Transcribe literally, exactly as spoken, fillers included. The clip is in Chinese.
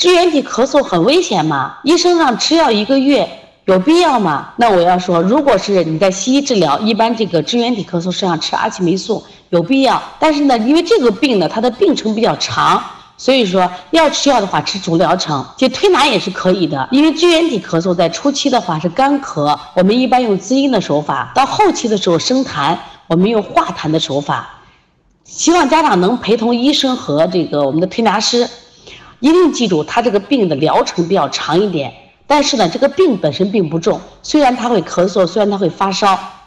支原体咳嗽很危险吗？医生让吃药一个月，有必要吗？那我要说，如果是你在西医治疗，一般这个支原体咳嗽是让吃阿奇霉素，有必要。但是呢，因为这个病呢，它的病程比较长，所以说要吃药的话，吃主疗程。其实推拿也是可以的，因为支原体咳嗽在初期的话是干咳，我们一般用滋阴的手法；到后期的时候生痰，我们用化痰的手法。希望家长能陪同医生和这个我们的推拿师，一定记住，他这个病的疗程比较长一点，但是呢，这个病本身并不重，虽然他会咳嗽，虽然他会发烧。